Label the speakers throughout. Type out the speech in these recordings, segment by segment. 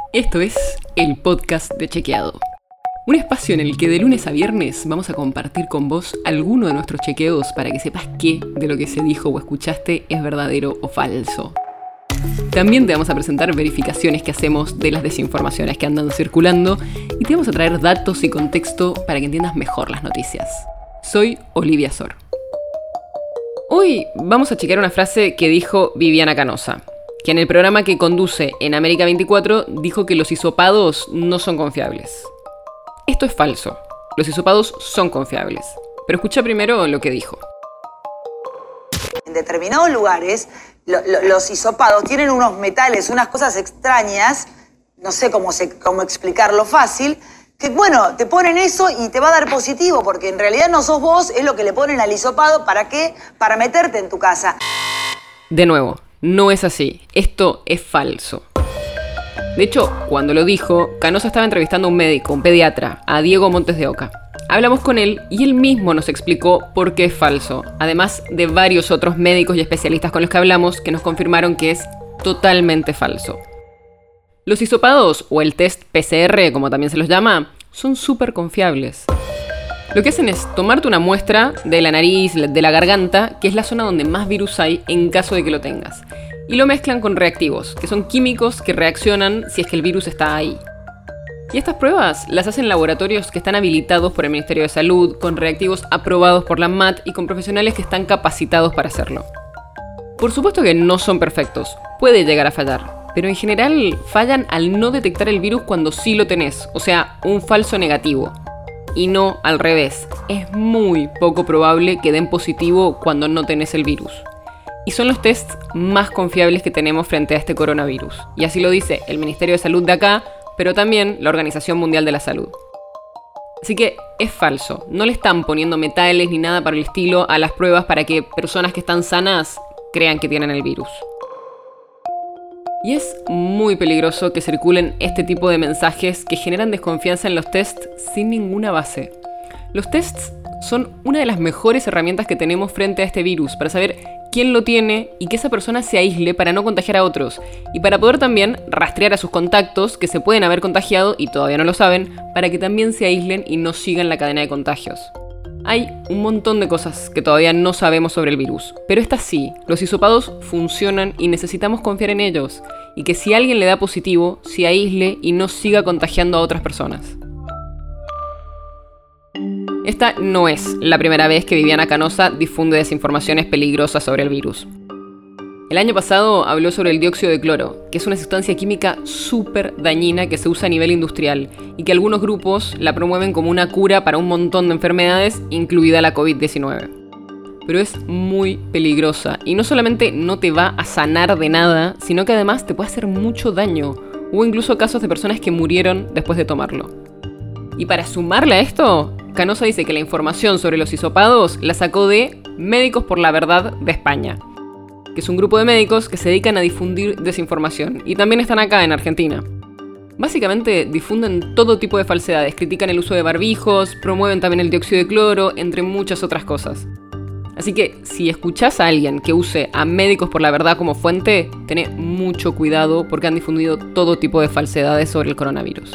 Speaker 1: Esto es el podcast de Chequeado. Un espacio en el que de lunes a viernes vamos a compartir con vos alguno de nuestros chequeos para que sepas qué de lo que se dijo o escuchaste es verdadero o falso. También te vamos a presentar verificaciones que hacemos de las desinformaciones que andan circulando y te vamos a traer datos y contexto para que entiendas mejor las noticias. Soy Olivia Sor. Hoy vamos a chequear una frase que dijo Viviana Canosa, que en el programa que conduce en América 24 dijo que los hisopados no son confiables. Esto es falso. Los hisopados son confiables. Pero escucha primero lo que dijo.
Speaker 2: En determinados lugares, los hisopados tienen unos metales, unas cosas extrañas, no sé cómo explicarlo fácil, que bueno, te ponen eso y te va a dar positivo, porque en realidad no sos vos, es lo que le ponen al hisopado. ¿Para qué? Para meterte en tu casa.
Speaker 1: De nuevo, no es así. Esto es falso. De hecho, cuando lo dijo, Canosa estaba entrevistando a un médico, un pediatra, a Diego Montes de Oca. Hablamos con él y él mismo nos explicó por qué es falso, además de varios otros médicos y especialistas con los que hablamos que nos confirmaron que es totalmente falso. Los hisopados, o el test PCR, como también se los llama, son súper confiables. Lo que hacen es tomarte una muestra de la nariz, de la garganta, que es la zona donde más virus hay en caso de que lo tengas, y lo mezclan con reactivos, que son químicos que reaccionan si es que el virus está ahí. Y estas pruebas las hacen laboratorios que están habilitados por el Ministerio de Salud, con reactivos aprobados por la MAT y con profesionales que están capacitados para hacerlo. Por supuesto que no son perfectos, puede llegar a fallar, pero en general fallan al no detectar el virus cuando sí lo tenés, o sea, un falso negativo. Y no al revés, es muy poco probable que den positivo cuando no tenés el virus. Y son los tests más confiables que tenemos frente a este coronavirus. Y así lo dice el Ministerio de Salud de acá, pero también la Organización Mundial de la Salud. Así que es falso, no le están poniendo metales ni nada para el estilo a las pruebas para que personas que están sanas crean que tienen el virus. Y es muy peligroso que circulen este tipo de mensajes que generan desconfianza en los tests sin ninguna base. Los tests son una de las mejores herramientas que tenemos frente a este virus para saber quién lo tiene y que esa persona se aísle para no contagiar a otros, y para poder también rastrear a sus contactos que se pueden haber contagiado y todavía no lo saben, para que también se aíslen y no sigan la cadena de contagios. Hay un montón de cosas que todavía no sabemos sobre el virus, pero estas sí, los hisopados funcionan y necesitamos confiar en ellos, y que si alguien le da positivo, se aísle y no siga contagiando a otras personas. Esta no es la primera vez que Viviana Canosa difunde desinformaciones peligrosas sobre el virus. El año pasado habló sobre el dióxido de cloro, que es una sustancia química súper dañina que se usa a nivel industrial y que algunos grupos la promueven como una cura para un montón de enfermedades, incluida la COVID-19. Pero es muy peligrosa y no solamente no te va a sanar de nada, sino que además te puede hacer mucho daño. Hubo incluso casos de personas que murieron después de tomarlo. Y para sumarle a esto, Canosa dice que la información sobre los hisopados la sacó de Médicos por la Verdad de España, que es un grupo de médicos que se dedican a difundir desinformación, y también están acá en Argentina. Básicamente difunden todo tipo de falsedades, critican el uso de barbijos, promueven también el dióxido de cloro, entre muchas otras cosas. Así que si escuchás a alguien que use a Médicos por la Verdad como fuente, tené mucho cuidado porque han difundido todo tipo de falsedades sobre el coronavirus.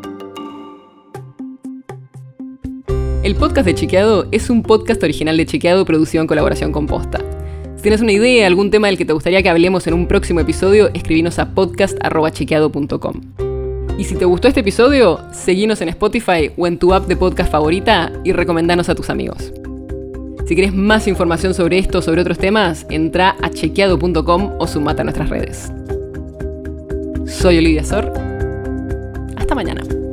Speaker 1: El podcast de Chequeado es un podcast original de Chequeado producido en colaboración con Posta. Si tienes una idea, algún tema del que te gustaría que hablemos en un próximo episodio, escribinos a podcast@chequeado.com. Y si te gustó este episodio, seguinos en Spotify o en tu app de podcast favorita y recomendanos a tus amigos. Si querés más información sobre esto o sobre otros temas, entra a chequeado.com o sumate a nuestras redes. Soy Olivia Sor. Hasta mañana.